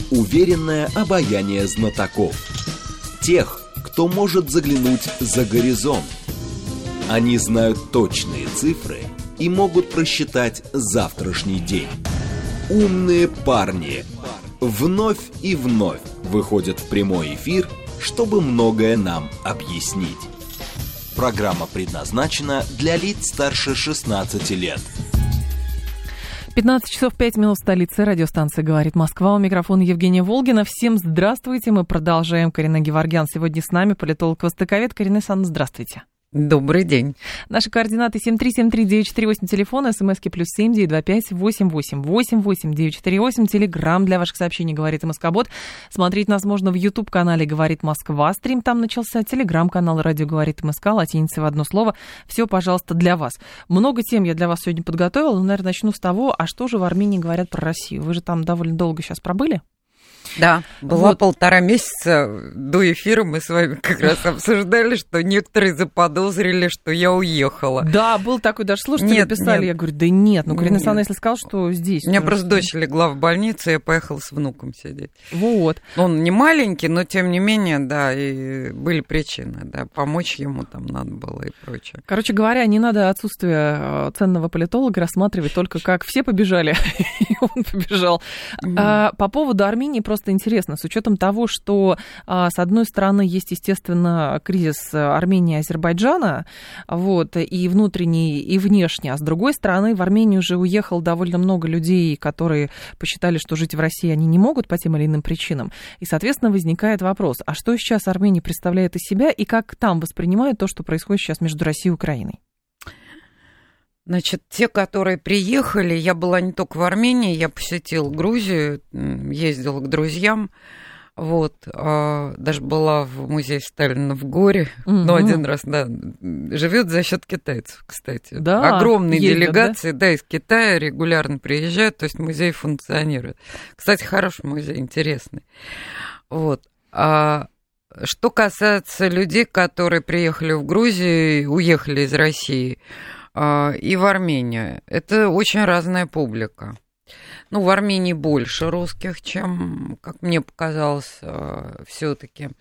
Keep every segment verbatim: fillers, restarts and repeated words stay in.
уверенное обаяние знатоков. Тех, кто может заглянуть за горизонт. Они знают точные цифры и могут просчитать завтрашний день. Умные парни вновь и вновь выходят в прямой эфир, чтобы многое нам объяснить. Программа предназначена для лиц старше шестнадцати лет. пятнадцать часов пять минут в столице. Радиостанция «Говорит Москва». У микрофона Евгения Волгина. Всем здравствуйте. Мы продолжаем. Карина Геворгян сегодня с нами, политолог-востоковед. Карина Александровна, здравствуйте. Добрый день. Наши координаты семь три семь три девять четыре восемь, телефон, смски плюс семь девять два пять восемь восемь восемь восемь девять четыре восемь, телеграм для ваших сообщений «Говорит Москобот». Смотреть нас можно в YouTube-канале «Говорит Москва». Стрим там начался. Телеграм-канал «Радио Говорит МСК», латиница в одно слово. Все, пожалуйста, для вас. Много тем я для вас сегодня подготовила, но, наверное, начну с того, а что же в Армении говорят про Россию? Вы же там довольно долго сейчас пробыли. Да, была вот. полтора месяца до эфира, мы с вами как раз обсуждали, что некоторые заподозрили, что я уехала. Да, был такой даже слушатель, нет, написали, нет. я говорю, да нет, ну Карина Нет. Александровна, если сказал, что здесь. У меня то просто что... дочь легла в больницу, я поехала с внуком сидеть. Вот. Он не маленький, но тем не менее, да, и были причины, да, помочь ему там надо было и прочее. Короче говоря, не надо отсутствие ценного политолога рассматривать только как все побежали, и он побежал. Mm-hmm. А, по поводу Армении просто интересно, с учетом того, что, а, с одной стороны, есть, естественно, кризис Армении и Азербайджана, вот, и внутренний, и внешний, а с другой стороны, в Армению уже уехало довольно много людей, которые посчитали, что жить в России они не могут по тем или иным причинам, и, соответственно, возникает вопрос, а что сейчас Армения представляет из себя, и как там воспринимают то, что происходит сейчас между Россией и Украиной? Значит, те, которые приехали, я была не только в Армении, я посетила Грузию, ездила к друзьям, вот, а, даже была в музее Сталина в Горе, mm-hmm. ну, один раз, да, живет за счет китайцев, кстати. Да, огромные ездят, делегации, да? да, из Китая регулярно приезжают, то есть музей функционирует. Кстати, хороший музей, интересный. Вот. А что касается людей, которые приехали в Грузию, уехали из России, и в Армению. Это очень разная публика. Ну, в Армении больше русских, чем, как мне показалось, все-таки,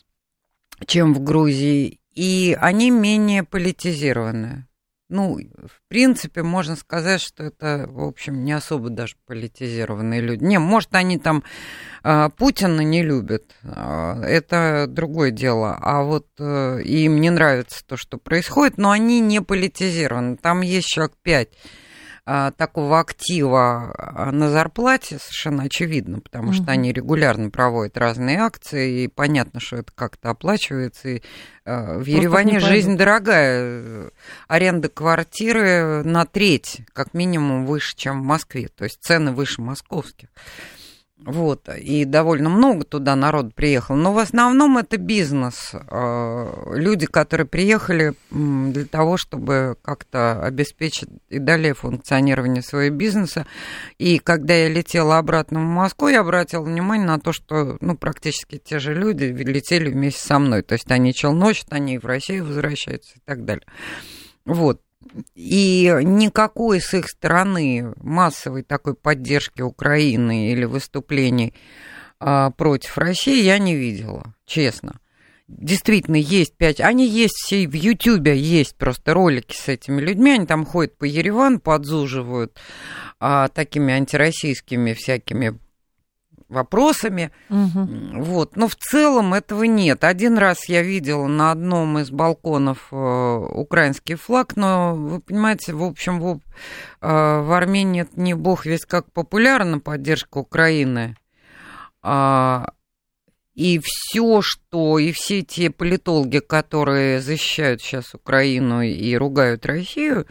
чем в Грузии. И они менее политизированы. Ну, в принципе, можно сказать, что это, в общем, не особо даже политизированные люди. Не, может, они там э, Путина не любят, э, это другое дело. А вот э, им не нравится то, что происходит, но они не политизированы. Там есть человек пять э, такого актива на зарплате, совершенно очевидно, потому что mm-hmm. они регулярно проводят разные акции, и понятно, что это как-то оплачивается, и в Ереване жизнь дорогая. Аренда квартиры на треть, как минимум, выше, чем в Москве. То есть цены выше московских. Вот. И довольно много туда народ приехало. Но в основном это бизнес. Люди, которые приехали для того, чтобы как-то обеспечить и далее функционирование своего бизнеса. И когда я летела обратно в Москву, я обратила внимание на то, что ну, практически те же люди летели вместе со мной. То есть они челночат, они в Россию возвращаются и так далее. Вот. И никакой с их стороны массовой такой поддержки Украины или выступлений а, против России я не видела, честно. Действительно, есть пять... Они есть все, в Ютьюбе есть просто ролики с этими людьми, они там ходят по Еревану, подзуживают а, такими антироссийскими всякими вопросами. Угу. Вот. Но в целом этого нет. Один раз я видела на одном из балконов э, украинский флаг, но, вы понимаете, в общем, в, э, в Армении это не бог весть как популярна поддержка Украины. А, и все, что... И все те политологи, которые защищают сейчас Украину и ругают Россию,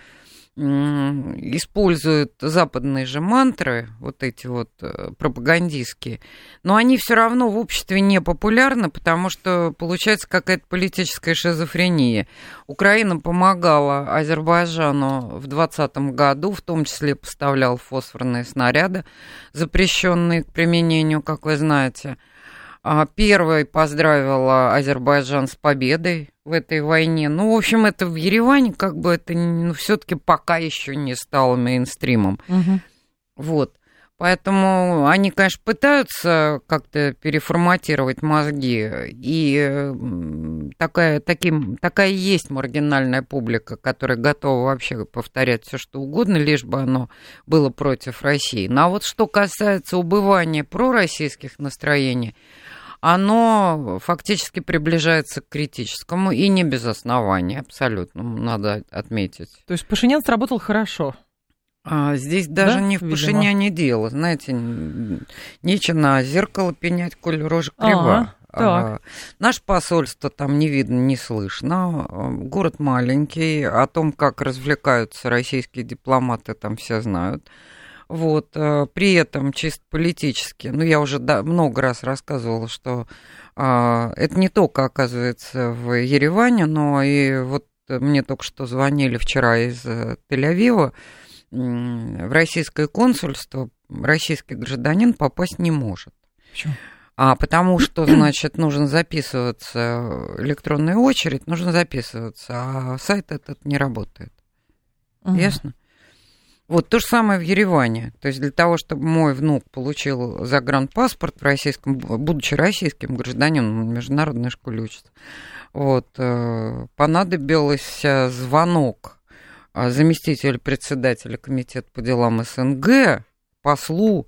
используют западные же мантры, вот эти вот пропагандистские, но они все равно в обществе не популярны, потому что получается какая-то политическая шизофрения. Украина помогала Азербайджану в двадцатом году, в том числе поставляла фосфорные снаряды, запрещенные к применению, как вы знаете. Первой поздравила Азербайджан с победой в этой войне. Ну, в общем, это в Ереване как бы это ну, все-таки пока еще не стало мейнстримом. Угу. Вот. Поэтому они, конечно, пытаются как-то переформатировать мозги, и такая, таким, такая есть маргинальная публика, которая готова вообще повторять все, что угодно, лишь бы оно было против России. Но вот что касается убывания пророссийских настроений, оно фактически приближается к критическому, и не без основания, абсолютно, надо отметить. То есть Пашинян сработал хорошо? А здесь даже да, не в Пашиняне дело. Знаете, нечего на зеркало пенять, коль рожа крива. А, наше посольство там не видно, не слышно. Город маленький, о том, как развлекаются российские дипломаты, там все знают. Вот, при этом чисто политически, ну, я уже да, много раз рассказывала, что а, это не только, оказывается, в Ереване, но и вот мне только что звонили вчера из Тель-Авива, в российское консульство российский гражданин попасть не может. Почему? А потому что, значит, нужно записываться, электронная очередь, нужно записываться, а сайт этот не работает. Угу. Ясно? Вот то же самое в Ереване. То есть для того, чтобы мой внук получил загранпаспорт в российском, будучи российским гражданином, в международной школе учится, вот, понадобился звонок заместитель председателя комитета по делам СНГ, послу,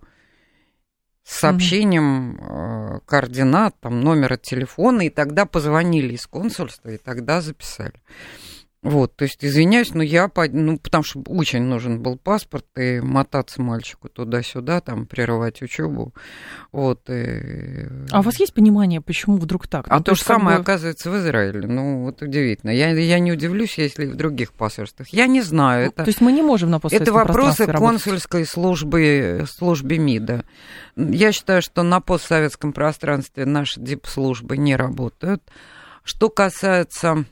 с сообщением mm-hmm. координат, там, номера телефона, и тогда позвонили из консульства, и тогда записали. Вот, то есть, извиняюсь, но я, ну, потому что очень нужен был паспорт, и мотаться мальчику туда-сюда, там, прерывать учебу, вот. И... А у вас есть понимание, почему вдруг так? А ну, то, то же самое, бы... оказывается, в Израиле, ну, вот удивительно. Я, я не удивлюсь, если и в других посольствах. Я не знаю. Это... То есть мы не можем на постсоветском Это вопросы пространстве консульской службы, службы МИДа. Я считаю, что на постсоветском пространстве наши дипслужбы не работают. Что касается...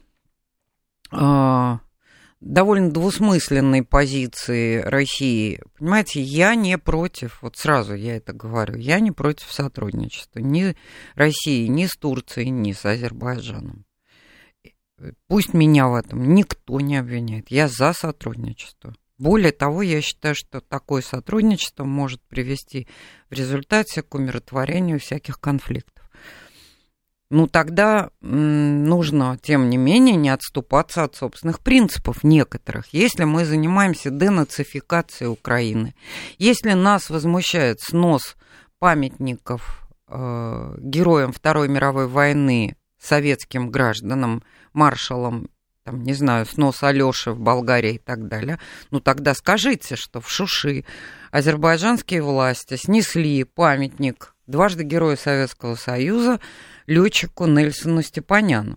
довольно двусмысленной позиции России. Понимаете, я не против, вот сразу я это говорю, я не против сотрудничества ни России, ни с Турцией, ни с Азербайджаном. Пусть меня в этом никто не обвиняет. Я за сотрудничество. Более того, я считаю, что такое сотрудничество может привести в результате к умиротворению всяких конфликтов. Ну, тогда нужно, тем не менее, не отступаться от собственных принципов некоторых. Если мы занимаемся денацификацией Украины, если нас возмущает снос памятников э, героям Второй мировой войны, советским гражданам, маршалам, там, не знаю, снос Алёши в Болгарии и так далее, ну, тогда скажите, что в Шуши азербайджанские власти снесли памятник дважды Героя Советского Союза летчику Нельсону Степаняну.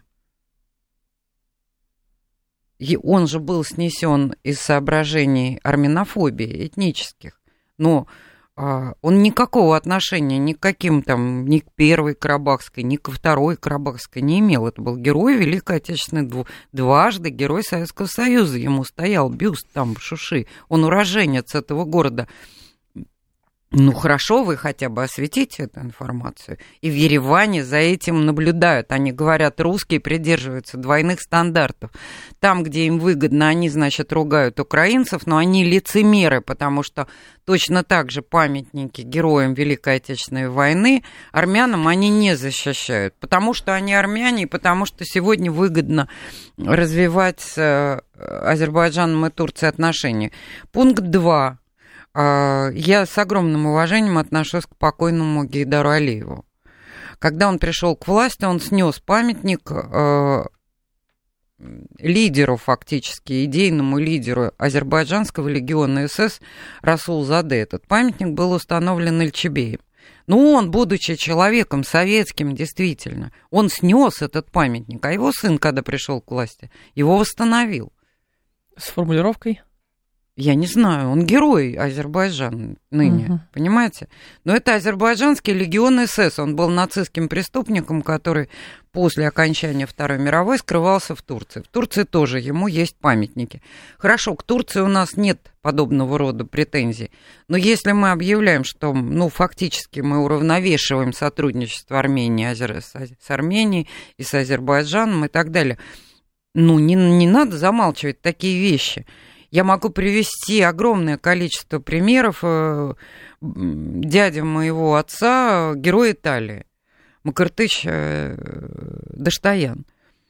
И он же был снесен из соображений армянофобии этнических, но а, он никакого отношения ни к каким там, ни к первой Карабахской, ни ко второй Карабахской не имел. Это был герой Великой Отечественной, дв... дважды Герой Советского Союза. Ему стоял бюст там в Шуши. Он уроженец этого города. Ну, хорошо, вы хотя бы осветите эту информацию. И в Ереване за этим наблюдают. Они говорят, русские придерживаются двойных стандартов. Там, где им выгодно, они, значит, ругают украинцев, но они лицемеры, потому что точно так же памятники героям Великой Отечественной войны армянам они не защищают. Потому что они армяне, и потому что сегодня выгодно развивать с Азербайджаном и Турцией отношения. Пункт два. Я с огромным уважением отношусь к покойному Гейдару Алиеву. Когда он пришел к власти, он снес памятник э, лидеру, фактически, идейному лидеру азербайджанского легиона СС Расул-Заде. Этот памятник был установлен Эльчебеем. Ну, он, будучи человеком советским, действительно, он снес этот памятник, а его сын, когда пришел к власти, его восстановил. С формулировкой? Я не знаю, он герой Азербайджана ныне, uh-huh. понимаете? Но это азербайджанский легион СС, он был нацистским преступником, который после окончания Второй мировой скрывался в Турции. В Турции тоже ему есть памятники. Хорошо, к Турции у нас нет подобного рода претензий, но если мы объявляем, что, ну, фактически мы уравновешиваем сотрудничество Армении с Арменией и с Азербайджаном и так далее, ну, не, не надо замалчивать такие вещи. Я могу привести огромное количество примеров. дядя моего отца герой Италии, Макартыч Даштаян.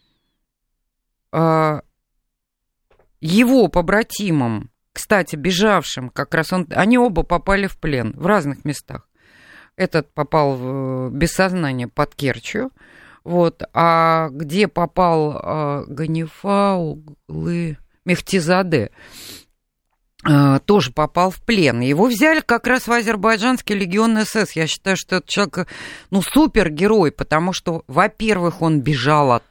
Его побратимам, кстати, бежавшим, как раз он, они оба попали в плен в разных местах. Этот попал в, без сознания под Керчью, вот, а где попал а, Ганифа Углы Мехтизаде, а, тоже попал в плен. Его взяли как раз в азербайджанский легион СС. Я считаю, что этот человек, ну, супергерой, потому что, во-первых, он бежал от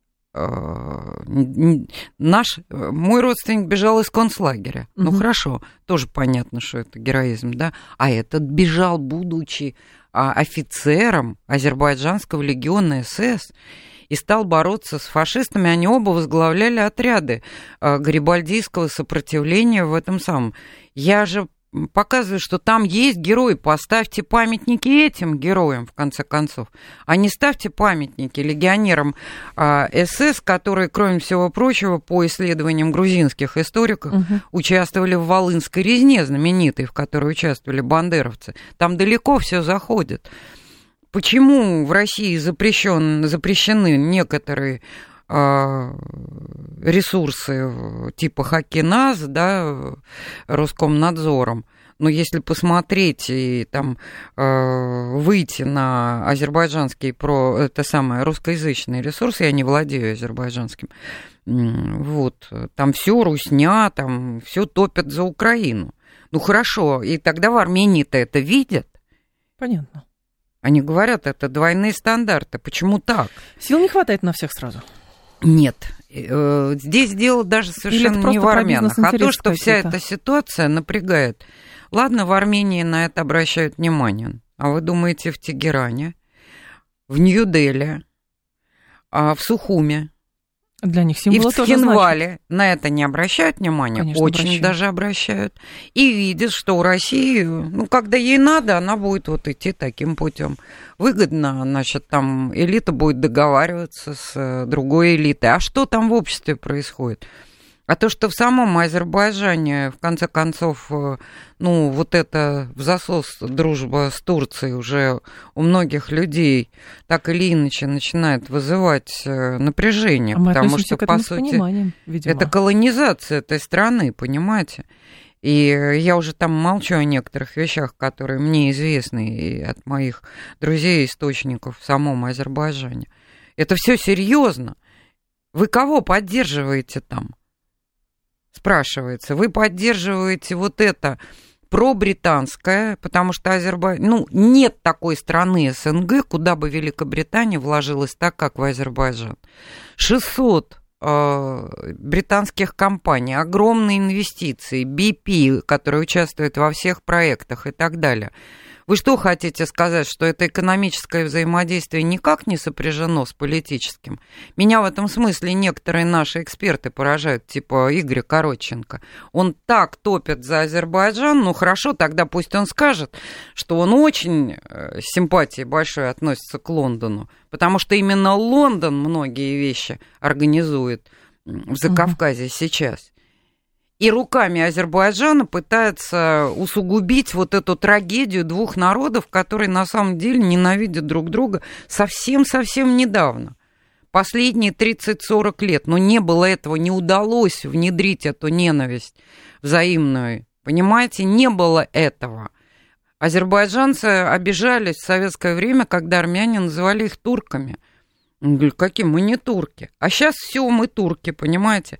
Наш, мой родственник бежал из концлагеря. Угу. Ну, хорошо, тоже понятно, что это героизм, да? А этот бежал, будучи офицером азербайджанского легиона СС, и стал бороться с фашистами. Они оба возглавляли отряды гарибальдийского сопротивления в этом самом. Я же показываю, что там есть герои, поставьте памятники этим героям, в конце концов, а не ставьте памятники легионерам а, СС, которые, кроме всего прочего, по исследованиям грузинских историков, угу. участвовали в Волынской резне знаменитой, в которой участвовали бандеровцы. Там далеко все заходит. Почему в России запрещен, запрещены некоторые ресурсы типа Хакиназ, да, Роскомнадзором? Но если посмотреть и там выйти на азербайджанские про это самое русскоязычные ресурсы, я не владею азербайджанским, вот, там все русня, там все топят за Украину. Ну хорошо, и тогда в Армении-то это видят. Понятно. Они говорят, это двойные стандарты. Почему так? Сил не хватает на всех сразу. Нет. Здесь дело даже совершенно не в армянах, а то, что вся эта ситуация напрягает. Ладно, в Армении на это обращают внимание. А вы думаете, в Тегеране, в Нью-Дели, в Сухуме, для них символы и в Цхинвале на это не обращают внимания? Конечно, очень обращают. Даже обращают. И видят, что у России, ну, когда ей надо, она будет вот идти таким путем. Выгодно, значит, там элита будет договариваться с другой элитой. А что там в обществе происходит? А то, что в самом Азербайджане, в конце концов, ну, вот эта взасос дружба с Турцией уже у многих людей так или иначе начинает вызывать напряжение, а потому что, по сути, это колонизация этой страны, понимаете? И я уже там молчу о некоторых вещах, которые мне известны и от моих друзей, источников в самом Азербайджане. Это все серьезно. Вы кого поддерживаете там? Спрашивается, вы поддерживаете вот это пробританское, потому что Азербайджан, ну, нет такой страны СНГ, куда бы Великобритания вложилась так, как в Азербайджан. шестьсот э, британских компаний, огромные инвестиции, би пи, которые участвуют во всех проектах и так далее. Вы что хотите сказать, что это экономическое взаимодействие никак не сопряжено с политическим? Меня в этом смысле некоторые наши эксперты поражают, типа Игоря Коротченко. Он так топит за Азербайджан, ну хорошо, тогда пусть он скажет, что он очень с симпатией большой относится к Лондону, потому что именно Лондон многие вещи организует в Закавказье угу. сейчас. И руками Азербайджана пытается усугубить вот эту трагедию двух народов, которые на самом деле ненавидят друг друга совсем-совсем недавно. Последние тридцать-сорок лет. Но не было этого, не удалось внедрить эту ненависть взаимную. Понимаете, не было этого. Азербайджанцы обижались в советское время, когда армяне называли их турками. Он говорит, какие мы не турки. А сейчас все, мы турки, понимаете.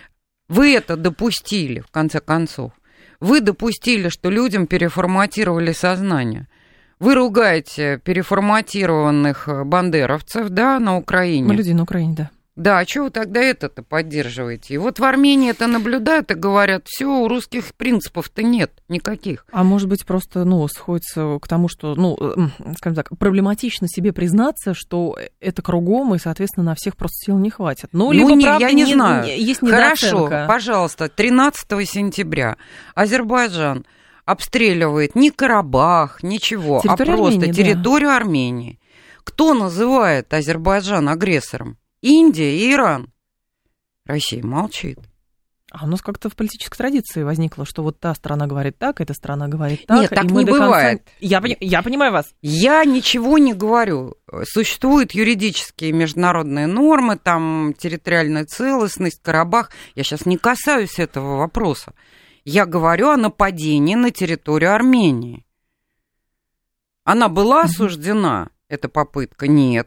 Вы это допустили, в конце концов. Вы допустили, что людям переформатировали сознание. Вы ругаете переформатированных бандеровцев, да, на Украине. Мы люди на Украине, да. Да, а чего вы тогда это-то поддерживаете? И вот в Армении это наблюдают и говорят, все, у русских принципов-то нет никаких. А может быть, просто, ну, сходится к тому, что, ну, скажем так, проблематично себе признаться, что это кругом, и, соответственно, на всех просто сил не хватит. Ну, либо, ну не, правда, я не, не знаю. Есть недооценка. Хорошо, пожалуйста, тринадцатого сентября Азербайджан обстреливает не Карабах, ничего, территорию а просто Армении, территорию да. Армении. Кто называет Азербайджан агрессором? Индия и Иран. Россия молчит. А у нас как-то в политической традиции возникло, что вот та страна говорит так, эта страна говорит так. Нет, так и мы не до конца... бывает. Я, я понимаю вас. Я ничего не говорю. Существуют юридические международные нормы, там территориальная целостность, Карабах. Я сейчас не касаюсь этого вопроса. Я говорю о нападении на территорию Армении. Она была осуждена, эта попытка? Нет.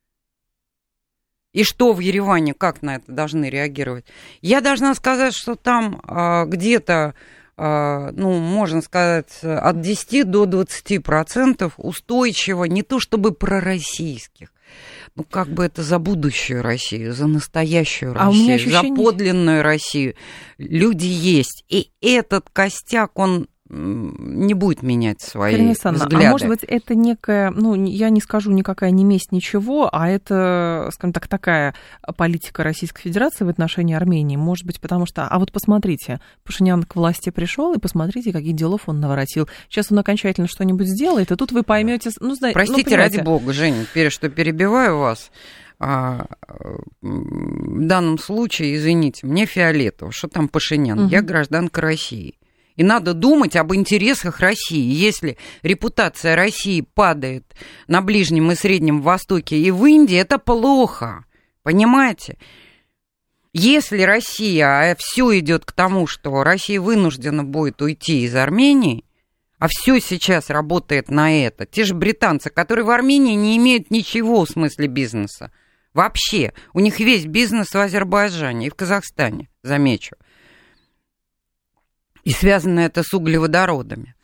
И что в Ереване, как на это должны реагировать? Я должна сказать, что там а, где-то, а, ну, можно сказать, от десяти до двадцати процентов устойчиво, не то чтобы пророссийских, ну, как бы это за будущую Россию, за настоящую а Россию, ощущение... за подлинную Россию. Люди есть. И этот костяк, он не будет менять свои взгляды. А может быть, это некая, ну, я не скажу никакая не месть, ничего, а это, скажем так, такая политика Российской Федерации в отношении Армении. Может быть, потому что, а вот посмотрите, Пашинян к власти пришел, и посмотрите, каких делов он наворотил. Сейчас он окончательно что-нибудь сделает, и тут вы поймете, ну, знаете, простите, ну, ради бога, Женя, что перебиваю вас. А, в данном случае, извините, мне фиолетово, что там Пашинян, угу. Я гражданка России. И надо думать об интересах России. Если репутация России падает на Ближнем и Среднем Востоке и в Индии, это плохо. Понимаете? Если Россия, а все идет к тому, что Россия вынуждена будет уйти из Армении, а все сейчас работает на это, те же британцы, которые в Армении не имеют ничего в смысле бизнеса, вообще, у них весь бизнес в Азербайджане и в Казахстане, замечу. И связано это с углеводородами.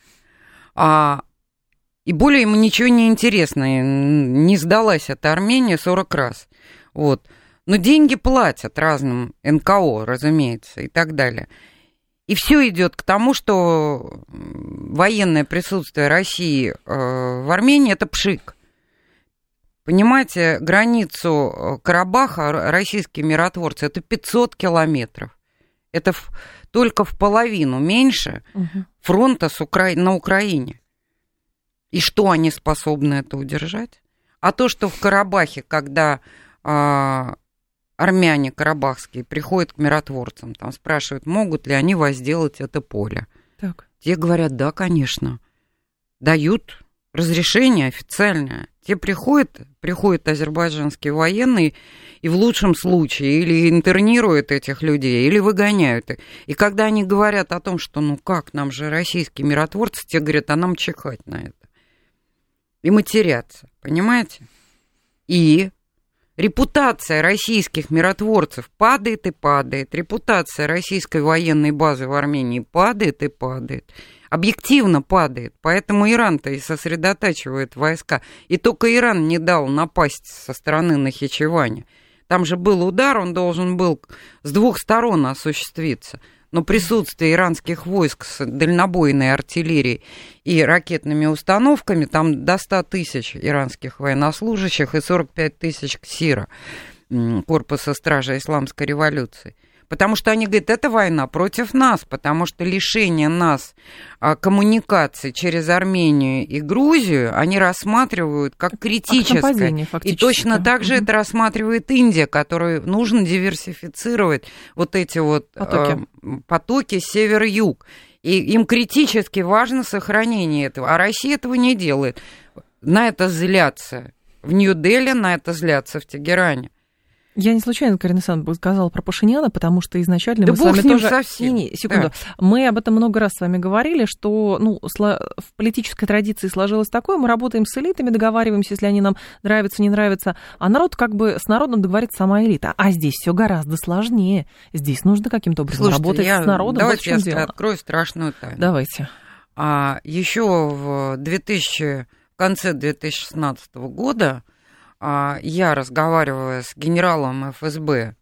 А, и более ему ничего не интересно. Не сдалась эта Армения сорок раз. Вот. Но деньги платят разным эн ка о, разумеется, и так далее. И все идет к тому, что военное присутствие России в Армении – это пшик. Понимаете, границу Карабаха российские миротворцы – это пятьсот километров. Это в, только в половину меньше угу. фронта с Укра... на Украине. И что они способны это удержать? А то, что в Карабахе, когда а, армяне карабахские приходят к миротворцам, там спрашивают, могут ли они возделать это поле. Так. Те говорят, да, конечно. Дают разрешение официальное. Те приходят, приходят азербайджанские военные, и в лучшем случае или интернируют этих людей, или выгоняют их. И когда они говорят о том, что ну как, нам же российские миротворцы, те говорят, а нам чихать на это. И матерятся, понимаете? И репутация российских миротворцев падает и падает. Репутация российской военной базы в Армении падает и падает. Объективно падает. Поэтому Иран-то и сосредотачивает войска. И только Иран не дал напасть со стороны Нахичевани. Там же был удар, он должен был с двух сторон осуществиться. Но присутствие иранских войск с дальнобойной артиллерией и ракетными установками, там до ста тысяч иранских военнослужащих и сорок пять тысяч КСИРа, корпуса стражи исламской революции. Потому что они говорят, это война против нас, потому что лишение нас коммуникаций через Армению и Грузию они рассматривают как критическое. И точно так же угу. это рассматривает Индия, которой нужно диверсифицировать вот эти вот потоки, э, потоки север-юг. И им критически важно сохранение этого. А Россия этого не делает. На это злятся в Нью-Дели, на это злятся в Тегеране. Я не случайно, Карина Александровна, сказала про Пашиняна, потому что изначально да мы с вами тоже... Совсем. Не, не, секунду. Да. Мы об этом много раз с вами говорили, что ну, в политической традиции сложилось такое, мы работаем с элитами, договариваемся, если они нам нравятся, не нравятся, а народ как бы с народом договорится сама элита. А здесь все гораздо сложнее. Здесь нужно каким-то образом Слушайте, работать я, с народом. Давайте вот я дело. открою страшную тайну. Давайте. А, еще в, двухтысячном, в конце две тысячи шестнадцатого года я, разговаривая с генералом эф эс бэ,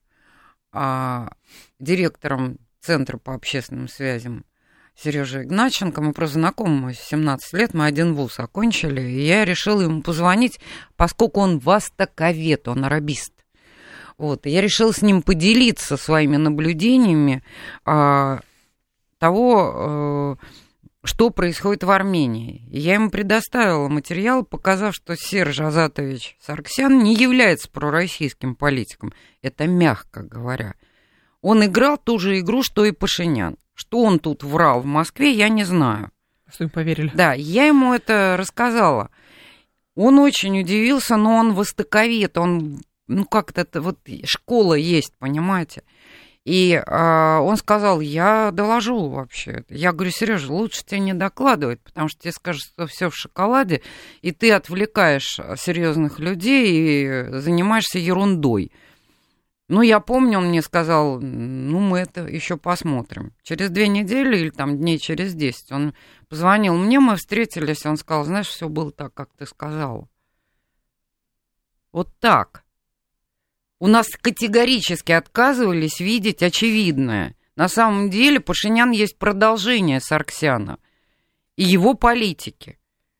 директором Центра по общественным связям Сережей Игнатченко, мы просто знакомы с семнадцати лет, мы один вуз окончили, и я решила ему позвонить, поскольку он востоковед, он арабист. Вот, и я решила с ним поделиться своими наблюдениями а, того, что происходит в Армении. И я ему предоставила материал, показав, что Серж Азатович Сарксян не является пророссийским политиком. Это мягко говоря. Он играл ту же игру, что и Пашинян. Что он тут врал в Москве, я не знаю. Что им поверили. Да, я ему это рассказала. Он очень удивился, но он востоковед, он, ну, как-то, вот школа есть, понимаете. И э, он сказал, я доложу вообще. Я говорю, Сережа, лучше тебе не докладывать, потому что тебе скажут, что все в шоколаде, и ты отвлекаешь серьезных людей и занимаешься ерундой. Ну, я помню, он мне сказал, ну, мы это еще посмотрим. Через две недели или там дней через десять он позвонил мне, мы встретились, он сказал, знаешь, все было так, как ты сказала. Вот так. У нас категорически отказывались видеть очевидное. На самом деле Пашинян есть продолжение Сарксяна и его политики.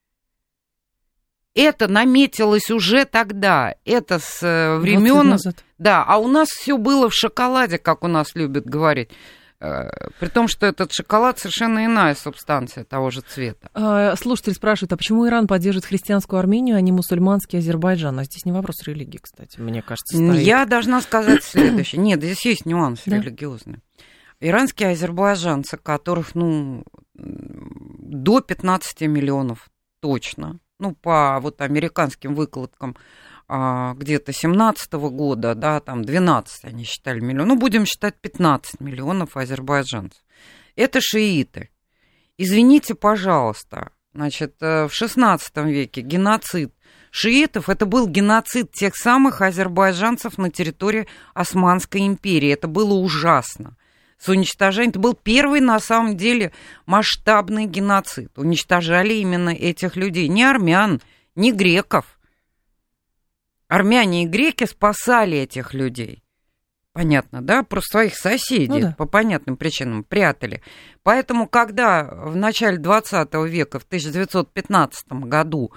Это наметилось уже тогда, это с времен... Да, а у нас все было в шоколаде, как у нас любят говорить. При том, что этот шоколад совершенно иная субстанция того же цвета. Слушатель спрашивает, а почему Иран поддерживает христианскую Армению, а не мусульманский Азербайджан? А здесь не вопрос религии, кстати, мне кажется, стоит. Я должна сказать следующее. Нет, здесь есть нюансы да? религиозные. Иранские азербайджанцы, которых, ну, до пятнадцати миллионов точно, ну, по вот американским выкладкам, где-то семнадцатого года, да, там двенадцать они считали миллионов, ну, будем считать пятнадцать миллионов азербайджанцев. Это шииты. Извините, пожалуйста, значит, в шестнадцатом веке геноцид шиитов, это был геноцид тех самых азербайджанцев на территории Османской империи. Это было ужасно. С уничтожением, это был первый, на самом деле, масштабный геноцид. Уничтожали именно этих людей, не армян, не греков. Армяне и греки спасали этих людей. Понятно, да? Просто своих соседей ну, да. по понятным причинам прятали. Поэтому, когда в начале двадцатого века, в тысяча девятьсот пятнадцатом году,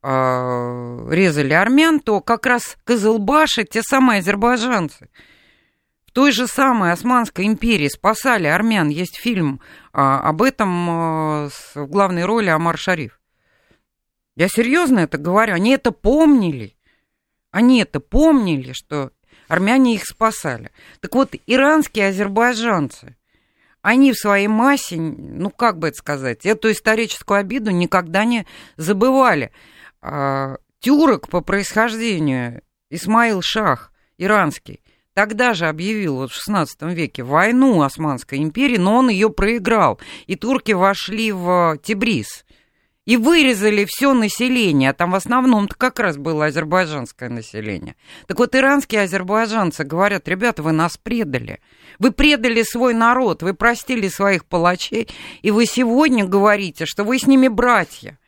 э, резали армян, то как раз кызылбаши, те самые азербайджанцы, в той же самой Османской империи спасали армян. Есть фильм э, об этом э, с, в главной роли Омар Шариф. Я серьезно это говорю, они это помнили. Они это помнили, что армяне их спасали. Так вот, иранские азербайджанцы, они в своей массе, ну, как бы это сказать, эту историческую обиду никогда не забывали. Тюрок по происхождению, Исмаил Шах, иранский, тогда же объявил вот в шестнадцатом веке войну Османской империи, но он ее проиграл, и турки вошли в Тебриз. И вырезали все население, а там в основном-то как раз было азербайджанское население. Так вот, иранские азербайджанцы говорят, ребята, вы нас предали. Вы предали свой народ, вы простили своих палачей, и вы сегодня говорите, что вы с ними братья.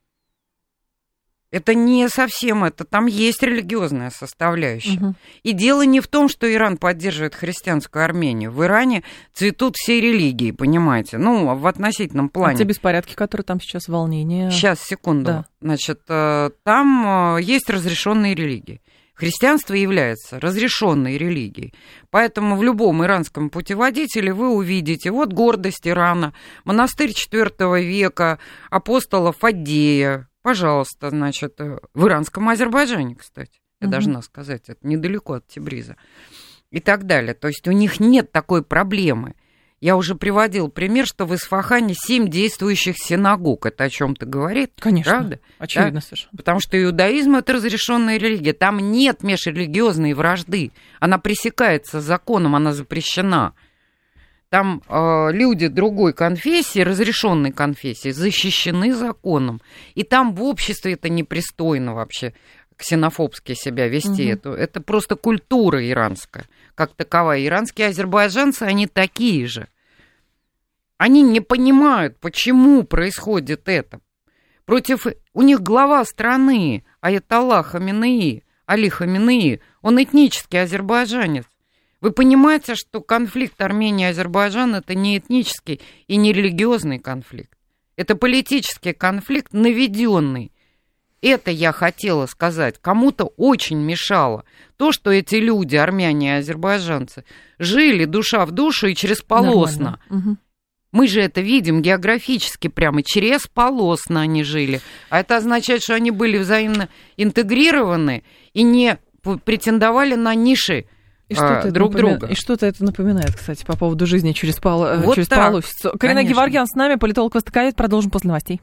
Это не совсем это, там есть религиозная составляющая. Угу. И дело не в том, что Иран поддерживает христианскую Армению. В Иране цветут все религии, понимаете, ну, в относительном плане. А те беспорядки, которые там сейчас, волнения. Сейчас, секунду. Да. Значит, там есть разрешенные религии. Христианство является разрешенной религией. Поэтому в любом иранском путеводителе вы увидите, вот гордость Ирана, монастырь четвёртого века, апостола Фаддея. Пожалуйста, значит, в иранском Азербайджане, кстати, я угу. должна сказать, это недалеко от Тебриза и так далее. То есть у них нет такой проблемы. Я уже приводил пример, что в Исфахане семь действующих синагог. Это о чем-то говорит? Конечно, правда? Очевидно да? совершенно. Потому что иудаизм – это разрешенная религия. Там нет межрелигиозной вражды. Она пресекается законом, она запрещена. Там э, люди другой конфессии, разрешенной конфессии, защищены законом. И там в обществе это непристойно вообще ксенофобски себя вести. Угу. Это, это просто культура иранская, как таковая. Иранские азербайджанцы, они такие же. Они не понимают, почему происходит это. Против... У них глава страны, аятолла Хаминеи, Али Хаминеи, он этнический азербайджанец. Вы понимаете, что конфликт Армении и Азербайджана – это не этнический и не религиозный конфликт. Это политический конфликт, наведенный. Это я хотела сказать. Кому-то очень мешало то, что эти люди, армяне и азербайджанцы, жили душа в душу и черезполосно. Угу. Мы же это видим географически прямо. Черезполосно они жили. А это означает, что они были взаимно интегрированы и не претендовали на ниши И что-то друг напомина... друга. И что-то это напоминает, кстати, по поводу жизни через, пол... вот через так, полосицу. Карина Геворгян с нами, политолог-востоковед. Продолжим после новостей.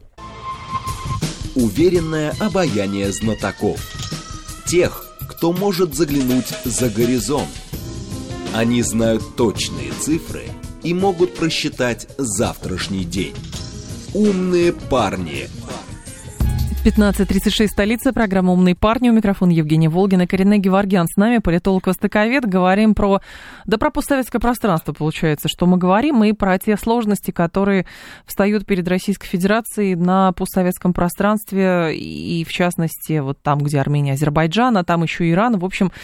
Уверенное обаяние знатоков. Тех, кто может заглянуть за горизонт. Они знают точные цифры и могут просчитать завтрашний день. Умные парни. пятнадцать тридцать шесть, столица, программа «Умные парни». У микрофона Евгения Волгина, Карина Геворгян с нами, политолог-востоковед. Говорим про, да про постсоветское пространство, получается, что мы говорим, и про те сложности, которые встают перед Российской Федерацией на постсоветском пространстве, и в частности, вот там, где Армения, Азербайджан, а там еще Иран. В общем,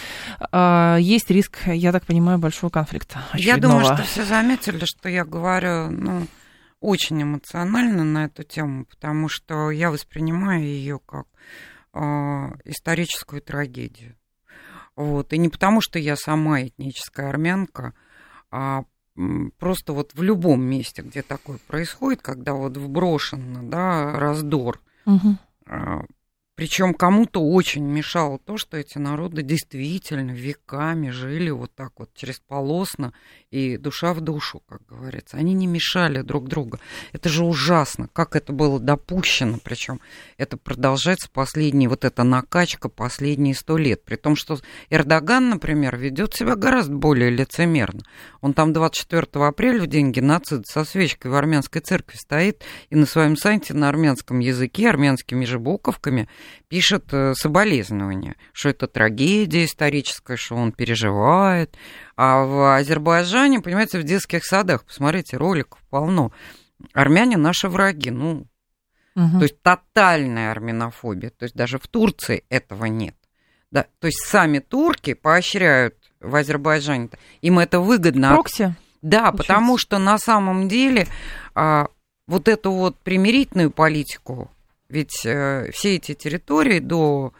есть риск, я так понимаю, большого конфликта очередного. Я думаю, что все заметили, что я говорю, ну... очень эмоционально на эту тему, потому что я воспринимаю ее как э, историческую трагедию. Вот. И не потому, что я сама этническая армянка, а просто вот в любом месте, где такое происходит, когда вот вброшен, да, раздор, угу. э, причем кому-то очень мешало то, что эти народы действительно веками жили вот так вот черезполосно и душа в душу, как говорится. Они не мешали друг другу. Это же ужасно, как это было допущено, причем это продолжается последние, вот эта накачка последние сто лет. При том, что Эрдоган, например, ведет себя гораздо более лицемерно. Он там двадцать четвёртого апреля, в день геноцида, со свечкой в армянской церкви стоит и на своем сайте на армянском языке, армянскими же буковками пишет соболезнования, что это трагедия историческая, что он переживает. А в Азербайджане, понимаете, в детских садах, посмотрите, роликов полно. Армяне наши враги, ну, угу. То есть тотальная армянофобия. То есть даже в Турции этого нет. Да, то есть сами турки поощряют в Азербайджане, им это выгодно. Прокси? Да, получается. Потому что на самом деле а, вот эту вот примирительную политику, ведь э, все эти территории до,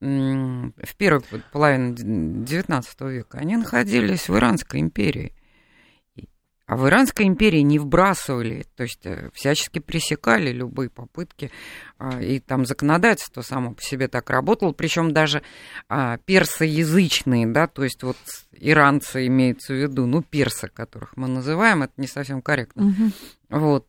м, в первой половине девятнадцатого века, они находились в Иранской империи. А в Иранской империи не вбрасывали, то есть всячески пресекали любые попытки, и там законодательство само по себе так работало, причем даже персоязычные, да, то есть вот иранцы имеются в виду, ну, персы, которых мы называем, это не совсем корректно, угу. Вот,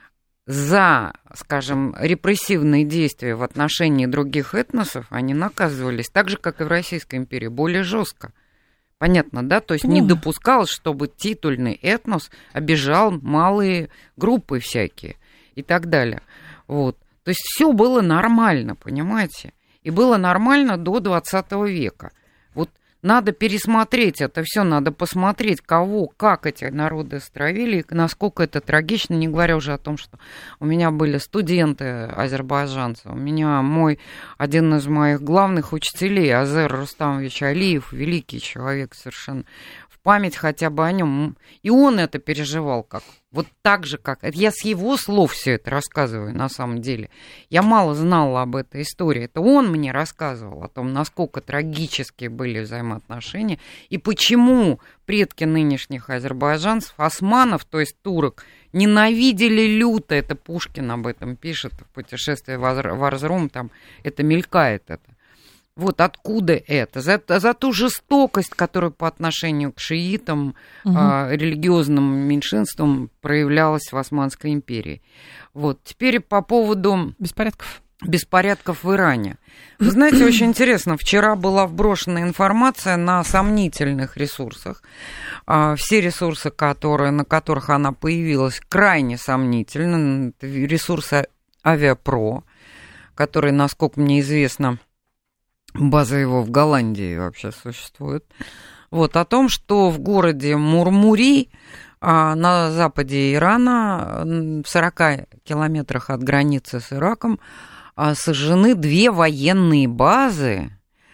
за, скажем, репрессивные действия в отношении других этносов они наказывались так же, как и в Российской империи, более жестко. Понятно, да? То есть Понимаю. Не допускалось, чтобы титульный этнос обижал малые группы всякие и так далее. Вот. То есть все было нормально, понимаете? И было нормально до двадцатого века. Вот надо пересмотреть это все, надо посмотреть, кого, как эти народы стравили, и насколько это трагично, не говоря уже о том, что у меня были студенты азербайджанцы, у меня мой, один из моих главных учителей, Азер Рустамович Алиев, великий человек совершенно, в память хотя бы о нем, и он это переживал как, вот так же, как, я с его слов все это рассказываю на самом деле, я мало знала об этой истории, это он мне рассказывал о том, насколько трагические были взаимоотношения, и почему предки нынешних азербайджанцев, османов, то есть турок, ненавидели люто, это Пушкин об этом пишет в «Путешествии в Арзрум», там это мелькает это. Вот откуда это? За, за ту жестокость, которая по отношению к шиитам, угу. э, религиозным меньшинствам проявлялась в Османской империи. Вот. Теперь по поводу... Беспорядков. Беспорядков в Иране. Вы знаете, очень интересно, вчера была вброшена информация на сомнительных ресурсах. Э, все ресурсы, которые, на которых она появилась, крайне сомнительны. Ресурсы Авиапро, который, насколько мне известно... База его в Голландии вообще существует. Вот, о том, что в городе Мурмури а, на западе Ирана, в сорока километрах от границы с Ираком, а, сожжены две военные базы.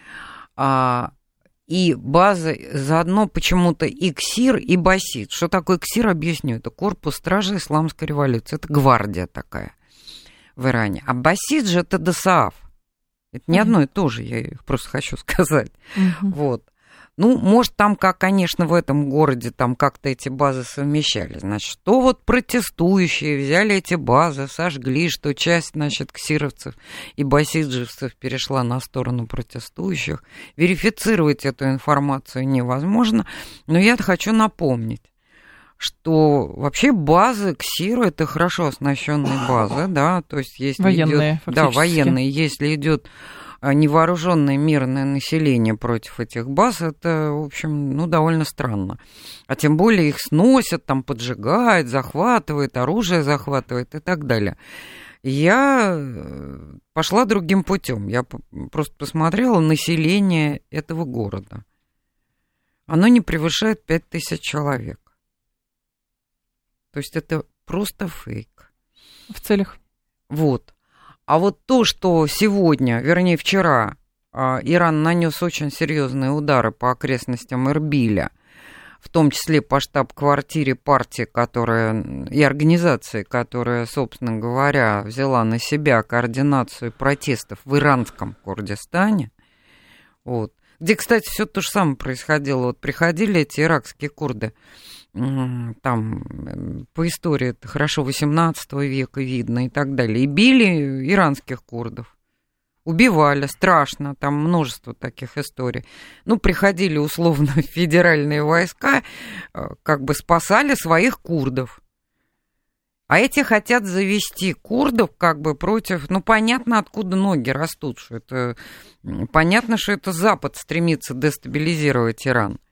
А, и базы заодно почему-то и КСИР, и БАСИД. Что такое КСИР, объясню. Это корпус стражи исламской революции. Это гвардия такая в Иране. А БАСИД же это ДОСААФ. Это не одно и то же, я просто хочу сказать. Uh-huh. Вот. Ну, может, там, как, конечно, в этом городе там как-то эти базы совмещали. Значит, что вот протестующие взяли эти базы, сожгли, что часть, значит, ксировцев и басиджевцев перешла на сторону протестующих. Верифицировать эту информацию невозможно. Но я хочу напомнить, что вообще базы КСИРу — это хорошо оснащенные базы, да, то есть если военные, идет, да, военные, если идет невооруженное мирное население против этих баз, это, в общем, ну, довольно странно. А тем более их сносят, там поджигают, захватывают, оружие захватывают и так далее. Я пошла другим путем. Я просто посмотрела население этого города. Оно не превышает пять тысяч человек. То есть это просто фейк. В целях? Вот. А вот то, что сегодня, вернее вчера, Иран нанес очень серьезные удары по окрестностям Эрбиля, в том числе по штаб-квартире партии, которая, и организации, которая, собственно говоря, взяла на себя координацию протестов в иранском Курдистане, вот, где, кстати, все то же самое происходило. Вот приходили эти иракские курды, там по истории это хорошо восемнадцатого века видно и так далее, и били иранских курдов, убивали, страшно, там множество таких историй. Ну, приходили условно федеральные войска, как бы спасали своих курдов. А эти хотят завести курдов как бы против... Ну, понятно, откуда ноги растут, что это... Понятно, что это Запад стремится дестабилизировать Иран.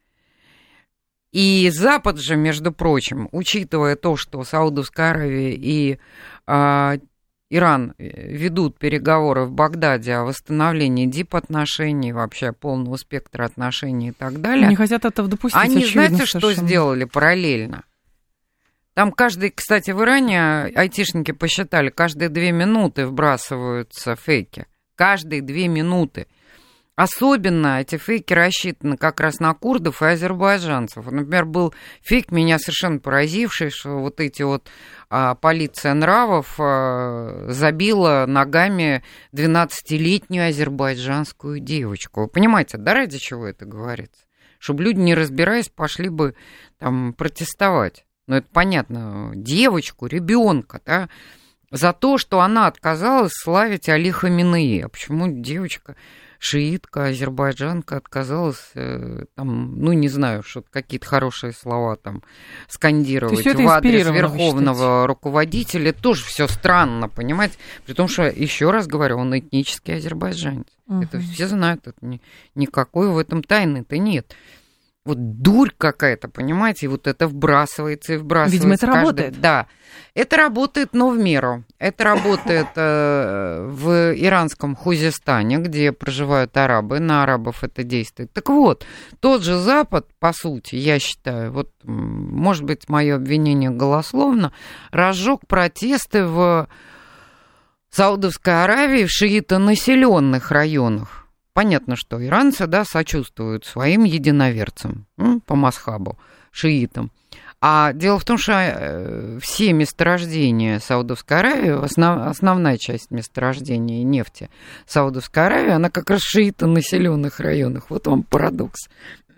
И Запад же, между прочим, учитывая то, что Саудовская Аравия и э, Иран ведут переговоры в Багдаде о восстановлении дипотношений, вообще полного спектра отношений и так далее. Они хотят этого допустить. Они, знаете, совершенно. что сделали параллельно? Там каждый, кстати, в Иране айтишники посчитали, каждые две минуты вбрасываются фейки. Каждые две минуты. Особенно эти фейки рассчитаны как раз на курдов и азербайджанцев. Например, был фейк, меня совершенно поразивший, что вот эти вот а, полиция нравов а, забила ногами двенадцатилетнюю азербайджанскую девочку. Вы понимаете, да, ради чего это говорится? Чтобы люди, не разбираясь, пошли бы там протестовать. Ну, это понятно, девочку, ребенка, да, за то, что она отказалась славить Али Хаминеи. А почему девочка... шиитка, азербайджанка отказалась, э, там, ну, не знаю, что какие-то хорошие слова там скандировать в адрес верховного руководителя. Тоже все странно, понимаете? При том, что, еще раз говорю, он этнический азербайджанец. Угу. Это все знают, это ни, никакой в этом тайны-то нет. Вот дурь какая-то, понимаете, и вот это вбрасывается и вбрасывается. Видимо, это каждый... работает. Да, это работает, но в меру. Это работает э, в иранском Хузестане, где проживают арабы, на арабов это действует. Так вот, тот же Запад, по сути, я считаю, вот, может быть, мое обвинение голословно, разжег протесты в Саудовской Аравии, в шиитонаселенных районах. Понятно, что иранцы, да, сочувствуют своим единоверцам по мазхабу, шиитам. А дело в том, что все месторождения Саудовской Аравии, основ, основная часть месторождения нефти Саудовской Аравии, она как раз в шиитонаселенных районах. Вот вам парадокс.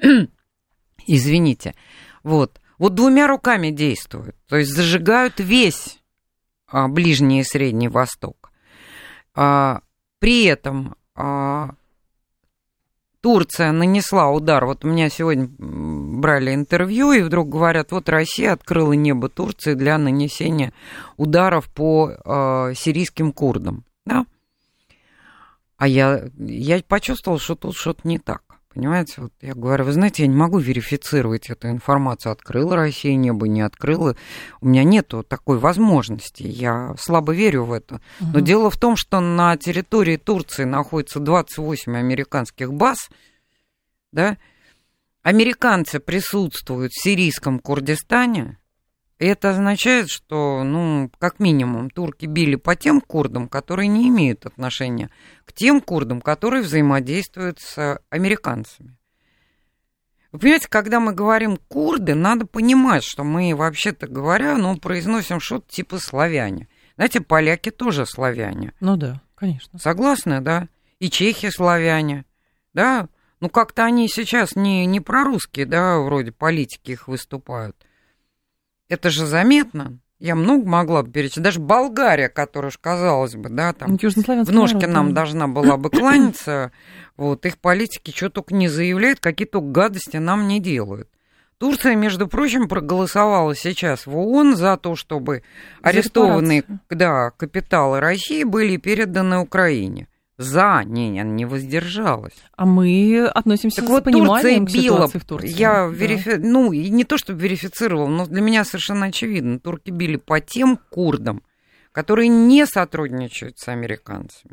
Извините. Вот. Вот двумя руками действуют. То есть зажигают весь а, Ближний и Средний Восток. А, при этом... А, Турция нанесла удар. Вот у меня сегодня брали интервью, и вдруг говорят, вот Россия открыла небо Турции для нанесения ударов по э, сирийским курдам. Да? А я, я почувствовала, что тут что-то не так. Понимаете, вот я говорю, вы знаете, я не могу верифицировать эту информацию, открыла Россия небо, не открыла. У меня нету такой возможности, я слабо верю в это. Но угу. Дело в том, что на территории Турции находится двадцать восемь американских баз, да? Американцы присутствуют в сирийском Курдистане, и это означает, что, ну, как минимум, турки били по тем курдам, которые не имеют отношения к тем курдам, которые взаимодействуют с американцами. Вы понимаете, когда мы говорим «курды», надо понимать, что мы, вообще-то говоря, ну, произносим что-то типа «славяне». Знаете, поляки тоже славяне. Ну да, конечно. Согласны, да? И чехи славяне, да? Ну, как-то они сейчас не, не прорусские, да, вроде политики их выступают. Это же заметно. Я много могла бы перечислить. Даже Болгария, которая уж, казалось бы, да, там в ножке народ, нам да. должна была бы кланяться, вот, их политики что только не заявляют, какие только гадости нам не делают. Турция, между прочим, проголосовала сейчас в ООН за то, чтобы арестованные да, капиталы России были переданы Украине. За, не, не, не воздержалась. А мы относимся так с вот пониманием к ситуации в Турции. Я да. верифи... ну, не то чтобы верифицировала, но для меня совершенно очевидно. Турки били по тем курдам, которые не сотрудничают с американцами.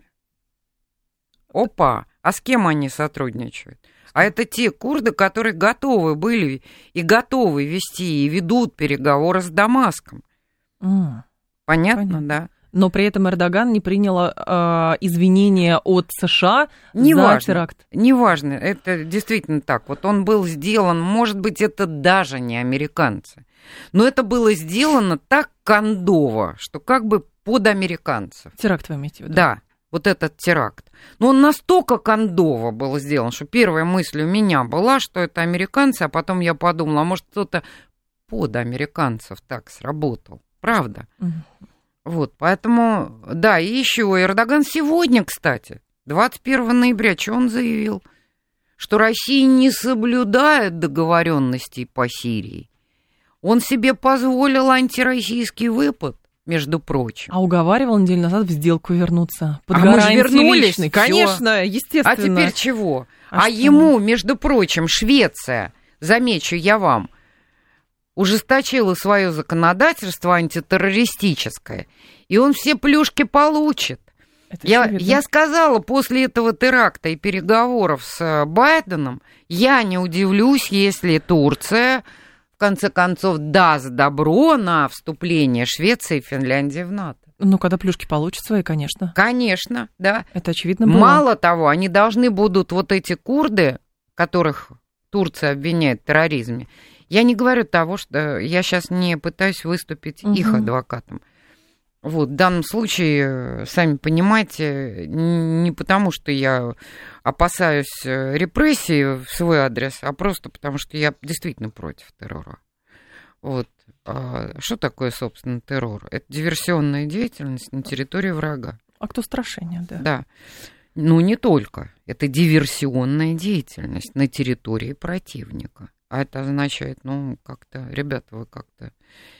Опа! А с кем они сотрудничают? А это те курды, которые готовы были и готовы вести и ведут переговоры с Дамаском. Mm. Понятно, Понятно, да? Но при этом Эрдоган не принял э, извинения от США не за важно, теракт. Неважно, это действительно так. Вот он был сделан, может быть, это даже не американцы, но это было сделано так кондово, что как бы под американцев. Теракт вы имеете в виду? Да, вот этот теракт. Но он настолько кондово был сделан, что первая мысль у меня была, что это американцы, а потом я подумала, а может, кто-то под американцев так сработал. Правда? Угу. Вот, поэтому, да, и еще Эрдоган сегодня, кстати, двадцать первого ноября, что он заявил? Что Россия не соблюдает договоренностей по Сирии. Он себе позволил антироссийский выпад, между прочим. А уговаривал неделю назад в сделку вернуться. Под а мы же вернулись. Личной. Конечно, естественно. А теперь чего? А, а ему, между прочим, Швеция, замечу я вам, ужесточила свое законодательство антитеррористическое, и он все плюшки получит. Я, я сказала после этого теракта и переговоров с Байденом, я не удивлюсь, если Турция в конце концов даст добро на вступление Швеции и Финляндии в НАТО. Ну, когда плюшки получат свои, конечно. Конечно, да. Это очевидно было. Мало того, они должны будут, вот эти курды, которых Турция обвиняет в терроризме, я не говорю того, что я сейчас не пытаюсь выступить угу. их адвокатом. Вот, в данном случае, сами понимаете, не потому, что я опасаюсь репрессий в свой адрес, а просто потому, что я действительно против террора. Вот. А что такое, собственно, террор? Это диверсионная деятельность на территории врага. Акт устрашения, да. Да. Ну, не только. Это диверсионная деятельность на территории противника. А это означает, ну, как-то, ребята, вы как-то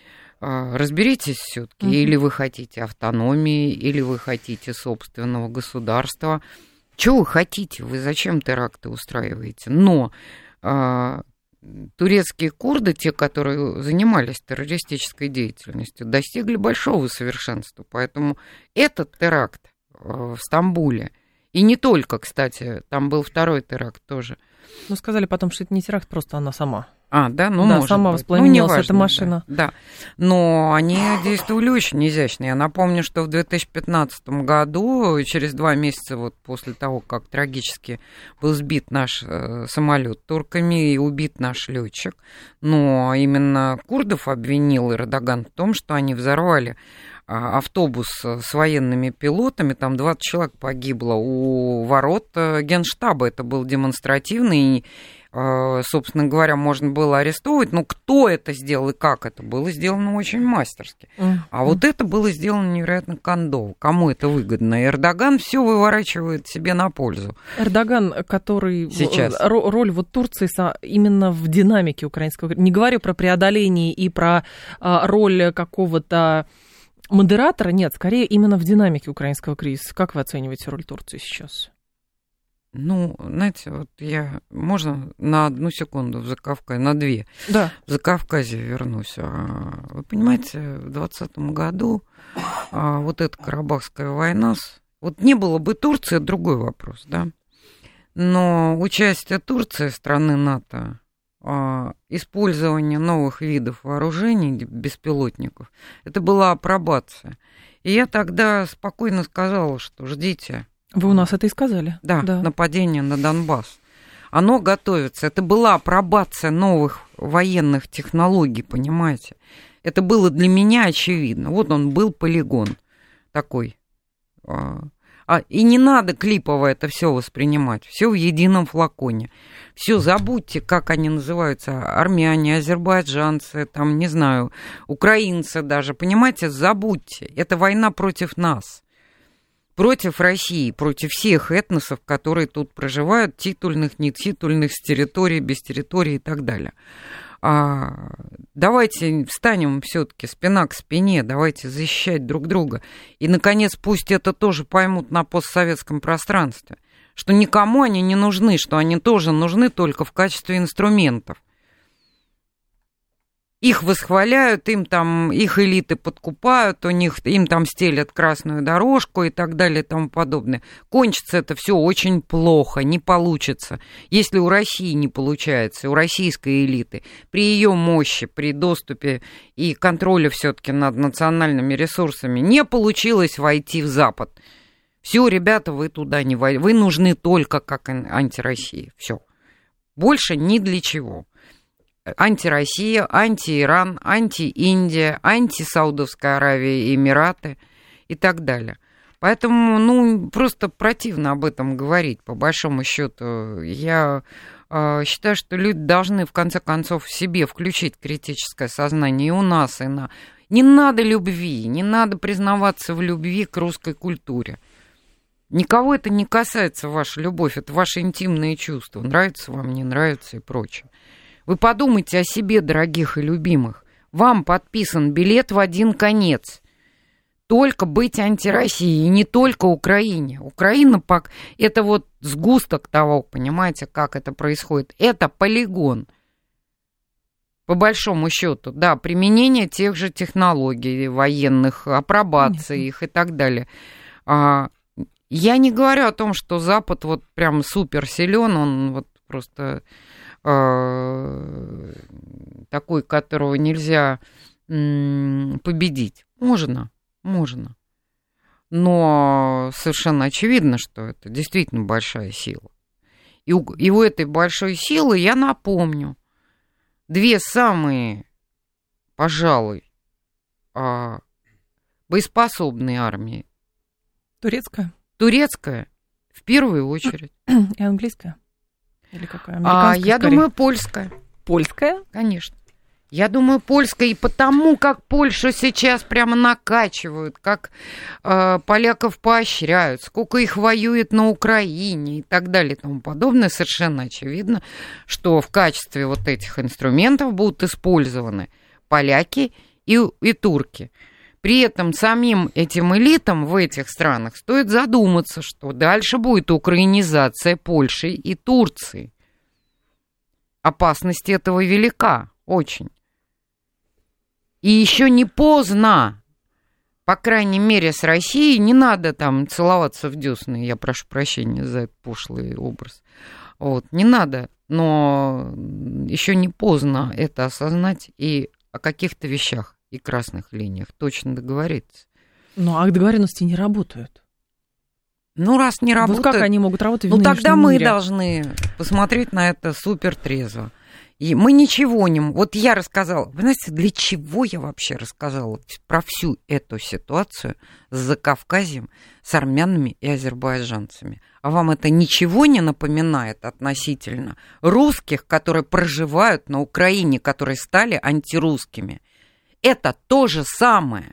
разберитесь все-таки, mm-hmm. или вы хотите автономии, или вы хотите собственного государства. Чего вы хотите? Вы зачем теракты устраиваете? Но а, турецкие курды, те, которые занимались террористической деятельностью, достигли большого совершенства. Поэтому этот теракт в Стамбуле, и не только, кстати, там был второй теракт тоже. Ну, сказали потом, что это не теракт, просто она сама. А, да, ну, да, может сама быть. воспламенилась ну, эта машина. Да, да, но они действовали очень изящно. Я напомню, что в две тысячи пятнадцатом году, через два месяца вот после того, как трагически был сбит наш э, самолет турками и убит наш летчик, но именно курдов обвинил Эрдоган в том, что они взорвали э, автобус с военными пилотами, там двадцать человек погибло у ворот э, Генштаба. Это был демонстративный, собственно говоря, можно было арестовывать, но кто это сделал и как это было сделано очень мастерски. Mm-hmm. А вот это было сделано невероятно кондово. Кому это выгодно? Эрдоган все выворачивает себе на пользу. Эрдоган, который... Сейчас. Роль вот Турции именно в динамике украинского... Не говорю про преодоление и про роль какого-то модератора, нет, скорее именно в динамике украинского кризиса. Как вы оцениваете роль Турции сейчас? Ну, знаете, вот я... Можно на одну секунду в Закавказье, на две. Да. В Закавказье вернусь. Вы понимаете, в двадцатом году вот эта Карабахская война... Вот не было бы Турции, другой вопрос, да? Но участие Турции, страны НАТО, использование новых видов вооружений, беспилотников, это была апробация. И я тогда спокойно сказала, что ждите... Вы у нас это и сказали. Да, да, нападение на Донбасс. Оно готовится. Это была апробация новых военных технологий, понимаете? Это было для меня очевидно. Вот он был полигон такой. А, и не надо клипово это все воспринимать, все в едином флаконе. Все, забудьте, как они называются, армяне, азербайджанцы, там, не знаю, украинцы даже, понимаете, забудьте. Это война против нас, против России, против всех этносов, которые тут проживают, титульных, нетитульных, с территории, без территории и так далее. А, давайте встанем все-таки спина к спине, давайте защищать друг друга. И, наконец, пусть это тоже поймут на постсоветском пространстве, что никому они не нужны, что они тоже нужны только в качестве инструментов. Их восхваляют, им там, их элиты подкупают, у них, им там стелят красную дорожку и так далее и тому подобное. Кончится это все очень плохо, не получится. Если у России не получается, у российской элиты, при ее мощи, при доступе и контроле все-таки над национальными ресурсами не получилось войти в Запад. Все, ребята, вы туда не войдете, вы нужны только как антироссия, все. Больше ни для чего. Антироссия, анти-Иран, анти-Индия, анти-Саудовская Аравия и Эмираты и так далее. Поэтому, ну, просто противно об этом говорить, по большому счету. Я э, считаю, что люди должны, в конце концов, в себе включить критическое сознание и у нас, и на... Не надо любви, не надо признаваться в любви к русской культуре. Никого это не касается, ваша любовь, это ваши интимные чувства. Нравится вам, не нравится и прочее. Вы подумайте о себе, дорогих и любимых. Вам подписан билет в один конец. Только быть антироссией, и не только Украине. Украина – это вот сгусток того, понимаете, как это происходит. Это полигон. По большому счету, да, применение тех же технологий военных, апробации их и так далее. Я не говорю о том, что Запад вот прям супер силен, он вот просто... такой, которого нельзя победить. Можно, можно. Но совершенно очевидно, что это действительно большая сила. И у, и у этой большой силы, я напомню, две самые, пожалуй, боеспособные армии. Турецкая? Турецкая, в первую очередь. И английская? Или какая? А, я скорее. думаю, польская. Польская? Конечно. Я думаю, польская. И потому, как Польшу сейчас прямо накачивают, как э, поляков поощряют, сколько их воюет на Украине и так далее и тому подобное, совершенно очевидно, что в качестве вот этих инструментов будут использованы поляки и, и турки. При этом самим этим элитам в этих странах стоит задуматься, что дальше будет украинизация Польши и Турции. Опасность этого велика, очень. И еще не поздно, по крайней мере, с Россией, не надо там целоваться в десны, я прошу прощения за этот пошлый образ. Вот, не надо, но еще не поздно это осознать и о каких-то вещах и красных линиях точно договориться. Ну, а договоренности не работают. Ну, раз не работают... Вот как они могут работать в Ну, тогда мы мире? должны посмотреть на это супер трезво. И мы ничего не... Вот я рассказала... Вы знаете, для чего я вообще рассказала про всю эту ситуацию с Закавказьем, с армянами и азербайджанцами? А вам это ничего не напоминает относительно русских, которые проживают на Украине, которые стали антирусскими? Это то же самое.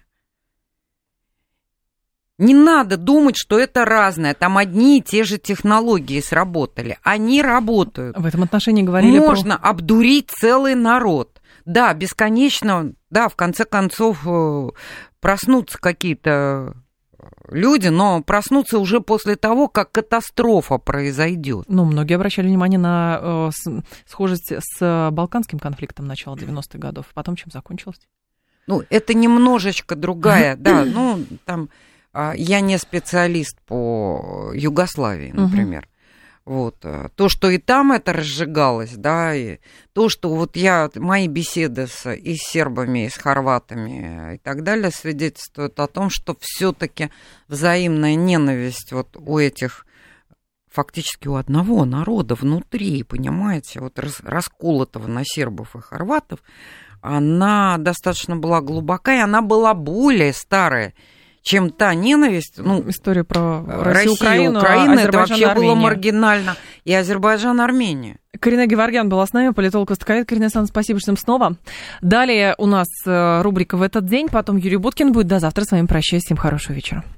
Не надо думать, что это разное. Там одни и те же технологии сработали. Они работают. В этом отношении говорили Можно про... обдурить целый народ. Да, бесконечно, да, в конце концов проснутся какие-то люди, но проснутся уже после того, как катастрофа произойдет. Ну, многие обращали внимание на э, схожесть с балканским конфликтом начала девяностых годов. Потом чем закончилось? Ну, это немножечко другая, да, ну, там, я не специалист по Югославии, например. Вот, то, что и там это разжигалось, да, и то, что вот я, мои беседы с, и с сербами, и с хорватами и так далее свидетельствуют о том, что все-таки взаимная ненависть вот у этих, фактически у одного народа внутри, понимаете, вот рас, расколотого на сербов и хорватов, она достаточно была глубока, и она была более старая, чем та ненависть. Ну, история про Россию, Россию, Украину, Украину это вообще Армению. было маргинально. И Азербайджан, Армения. Карина Геворгян была с нами, политолог-востоковед. Карина Александровна, спасибо, что снова. Далее у нас рубрика «В этот день», потом Юрий Буткин будет. До завтра. С вами прощаюсь. Всем хорошего вечера.